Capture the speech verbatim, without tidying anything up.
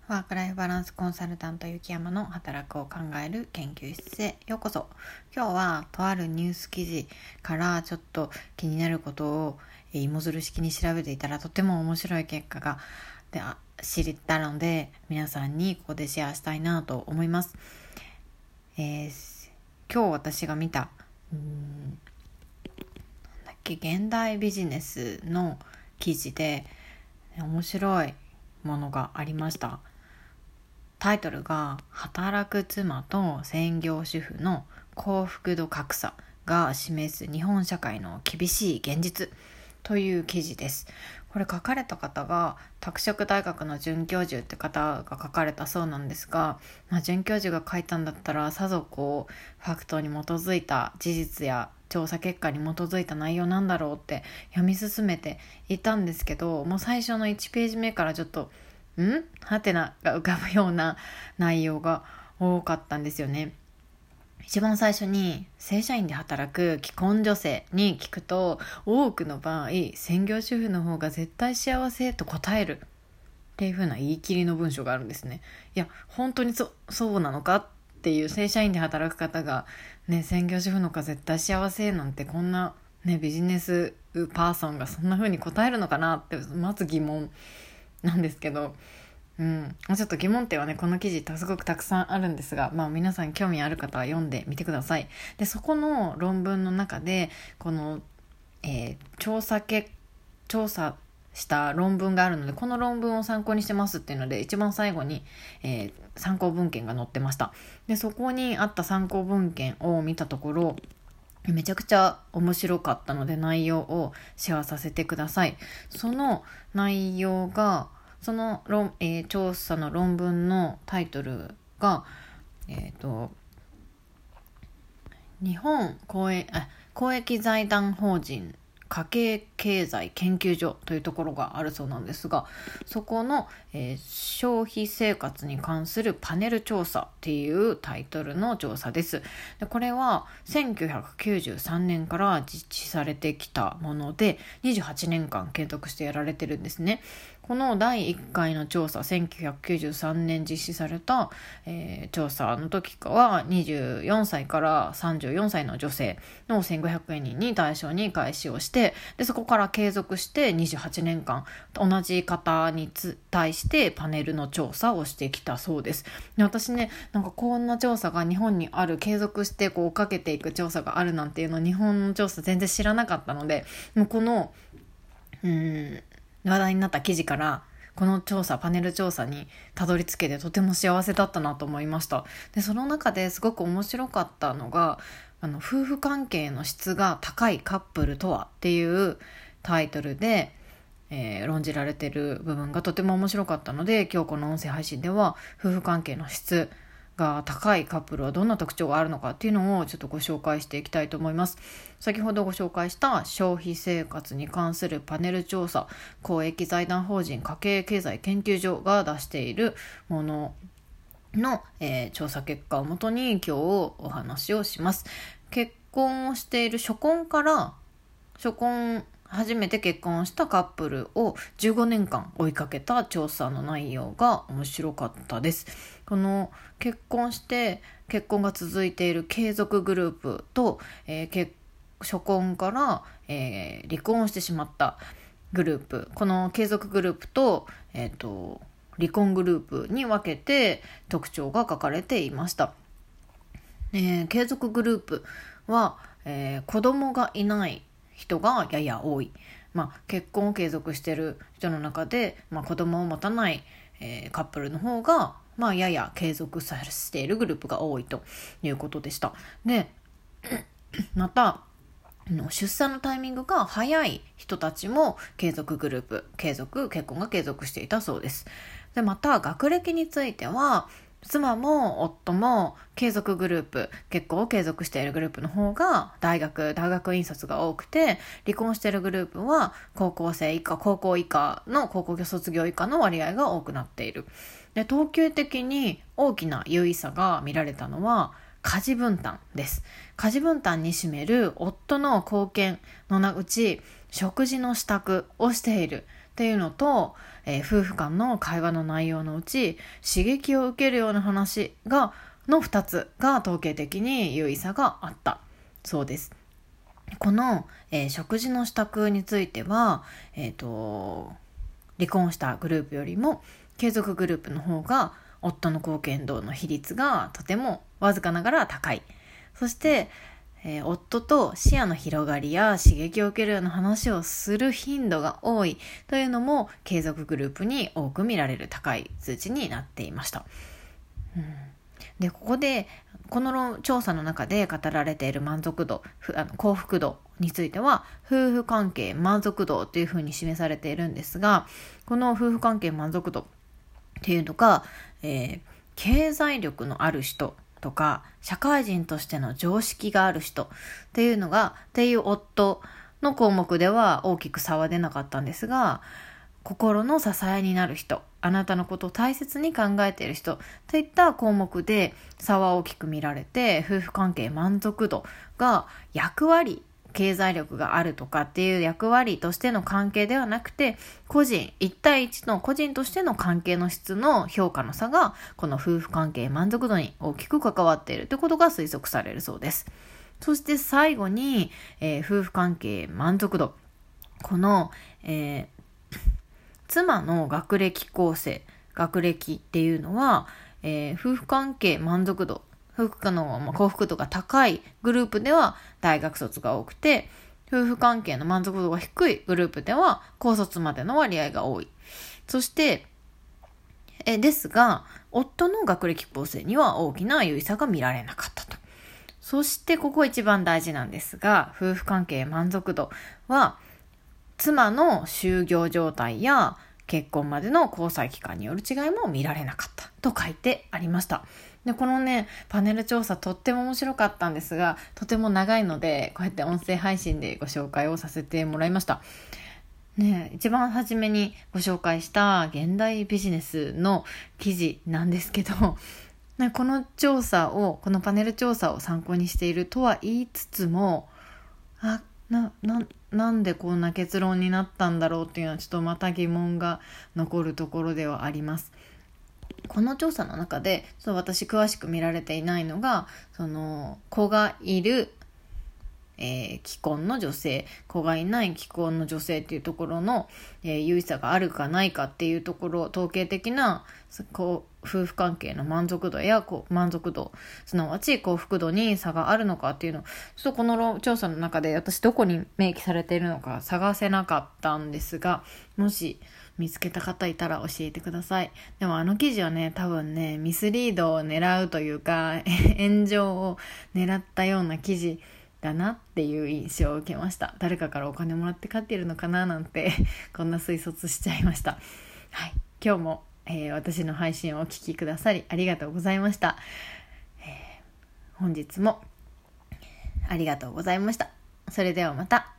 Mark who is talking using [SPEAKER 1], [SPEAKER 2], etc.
[SPEAKER 1] ワークライフバランスコンサルタント雪山の働くを考える研究室へようこそ。今日はとあるニュース記事からちょっと気になることを芋づる式に調べていたらとても面白い結果がで知れたので、皆さんにここでシェアしたいなと思います。えー、今日私が見たうーんなんだっけ現代ビジネスの記事で面白いものがありました。タイトルが働く妻と専業主婦の幸福度格差が示す日本社会の厳しい現実という記事です。これ書かれた方が拓殖大学の准教授って方が書かれたそうなんですが、まあ、准教授が書いたんだったらさぞこうファクトに基づいた事実や調査結果に基づいた内容なんだろうって読み進めていたんですけど、もう最初のいちページ目からちょっとんはてなが浮かぶような内容が多かったんですよね。一番最初に正社員で働く既婚女性に聞くと、多くの場合専業主婦の方が絶対幸せと答えるっていう風な言い切りの文章があるんですね。いや本当に そ, そうなのかっていう、正社員で働く方が、ね、専業主婦の方が絶対幸せなんて、こんな、ね、ビジネスパーソンがそんな風に答えるのかなってまず疑問なんですけど、うん、ちょっと疑問点はねこの記事すごくたくさんあるんですが、まあ、皆さん興味ある方は読んでみてください。でそこの論文の中でこの、えー、調査結調査した論文があるので、この論文を参考にしてますっていうので一番最後に、えー、参考文献が載ってました。でそこにあった参考文献を見たところ、めちゃくちゃ面白かったので内容をシェアさせてください。その内容がその論、えー、調査の論文のタイトルが、えーと、日本公益、あ、公益財団法人家計経済研究所というところがあるそうなんですが、そこの、えー、消費生活に関するパネル調査っていうタイトルの調査です。でこれはせんきゅうひゃくきゅうじゅうさんねんから実施されてきたもので、にじゅうはちねんかん継続してやられてるんですね。このだいいっかいの調査、せんきゅうひゃくきゅうじゅうさんねん実施された、えー、調査の時はにじゅうよんさいからさんじゅうよんさいの女性のせんごひゃくえんにんに対象に開始をして、でそこから継続してにじゅうはちねんかん同じ方に対してパネルの調査をしてきたそうです。で私ね、なんかこんな調査が日本にある、継続してこう追っかけていく調査があるなんていうの、日本の調査全然知らなかったので、もうこのうーん話題になった記事からこの調査、パネル調査にたどり着けてとても幸せだったなと思いました。でその中ですごく面白かったのが、あの夫婦関係の質が高いカップルとはっていうタイトルで、えー、論じられている部分がとても面白かったので、今日この音声配信では夫婦関係の質が高いカップルはどんな特徴があるのかっていうのをちょっとご紹介していきたいと思います。先ほどご紹介した消費生活に関するパネル調査、公益財団法人家計経済研究所が出しているものの、えー、調査結果をもとに今日お話をします。結婚をしている初婚から初婚初めて結婚したカップルをじゅうごねんかん追いかけた調査の内容が面白かったです。この結婚して結婚が続いている継続グループと、えー、結初婚から、えー、離婚してしまったグループ、この継続グループと、えーと、離婚グループに分けて特徴が書かれていました。えー、継続グループは、えー、子供がいない人がやや多い。まあ、結婚を継続している人の中で、まあ、子供を持たない、えー、カップルの方が、まあ、やや継続させているグループが多いということでした。で、また出産のタイミングが早い人たちも継続グループ、継続結婚が継続していたそうです。で、また学歴については妻も夫も継続グループ、結婚を継続しているグループの方が大学、大学院卒が多くて、離婚しているグループは高校生以下、高校以下の高校卒業以下の割合が多くなっている。で、統計的に大きな優位差が見られたのは家事分担です。家事分担に占める夫の貢献のうち食事の支度をしているっていうのと、 えー、夫婦間の会話の内容のうち刺激を受けるような話がのふたつが統計的に優位差があったそうです。この、えー、食事の支度については、えーと、離婚したグループよりも継続グループの方が夫の貢献度の比率がとてもわずかながら高い。そして、えー、夫と視野の広がりや刺激を受けるような話をする頻度が多いというのも継続グループに多く見られる高い数値になっていました。うんでここでこの調査の中で語られている満足度、あの幸福度については夫婦関係満足度というふうに示されているんですが、この夫婦関係満足度っていうのが、えー、経済力のある人とか社会人としての常識がある人っていうのがっていう夫の項目では大きく差は出なかったんですが、心の支えになる人、あなたのことを大切に考えている人といった項目で差は大きく見られて、夫婦関係満足度が役割、経済力があるとかっていう役割としての関係ではなくて、個人いち対いちの個人としての関係の質の評価の差がこの夫婦関係満足度に大きく関わっているということが推測されるそうです。そして最後に、えー、夫婦関係満足度、この、えー妻の学歴構成、学歴っていうのは、えー、夫婦関係満足度、夫婦の、まあ、幸福度が高いグループでは大学卒が多くて、夫婦関係の満足度が低いグループでは高卒までの割合が多い。そして、えですが、夫の学歴構成には大きな優位差が見られなかったと。そしてここ一番大事なんですが、夫婦関係満足度は、妻の就業状態や結婚までの交際期間による違いも見られなかったと書いてありました。でこのねパネル調査とっても面白かったんですが、とても長いのでこうやって音声配信でご紹介をさせてもらいました。ね、一番初めにご紹介した現代ビジネスの記事なんですけど、ね、この調査をこのパネル調査を参考にしているとは言いつつも、あなななんでこんな結論になったんだろうっていうのはちょっとまた疑問が残るところではあります。この調査の中でそう私詳しく見られていないのが、その子がいる、えー、既婚の女性、子がいない既婚の女性っていうところの、えー、優位差があるかないかっていうところ、統計的なこう夫婦関係の満足度やこう満足度、すなわち幸福度に差があるのかっていうのをちょっとこの調査の中で私どこに明記されているのか探せなかったんですが、もし見つけた方いたら教えてください。でもあの記事はね、多分ねミスリードを狙うというか炎上を狙ったような記事だなっていう印象を受けました。誰かからお金もらって買っているのかななんてこんな推察しちゃいました。はい、今日もえー、私の配信をお聞きくださりありがとうございました。えー、本日もありがとうございました。それではまた。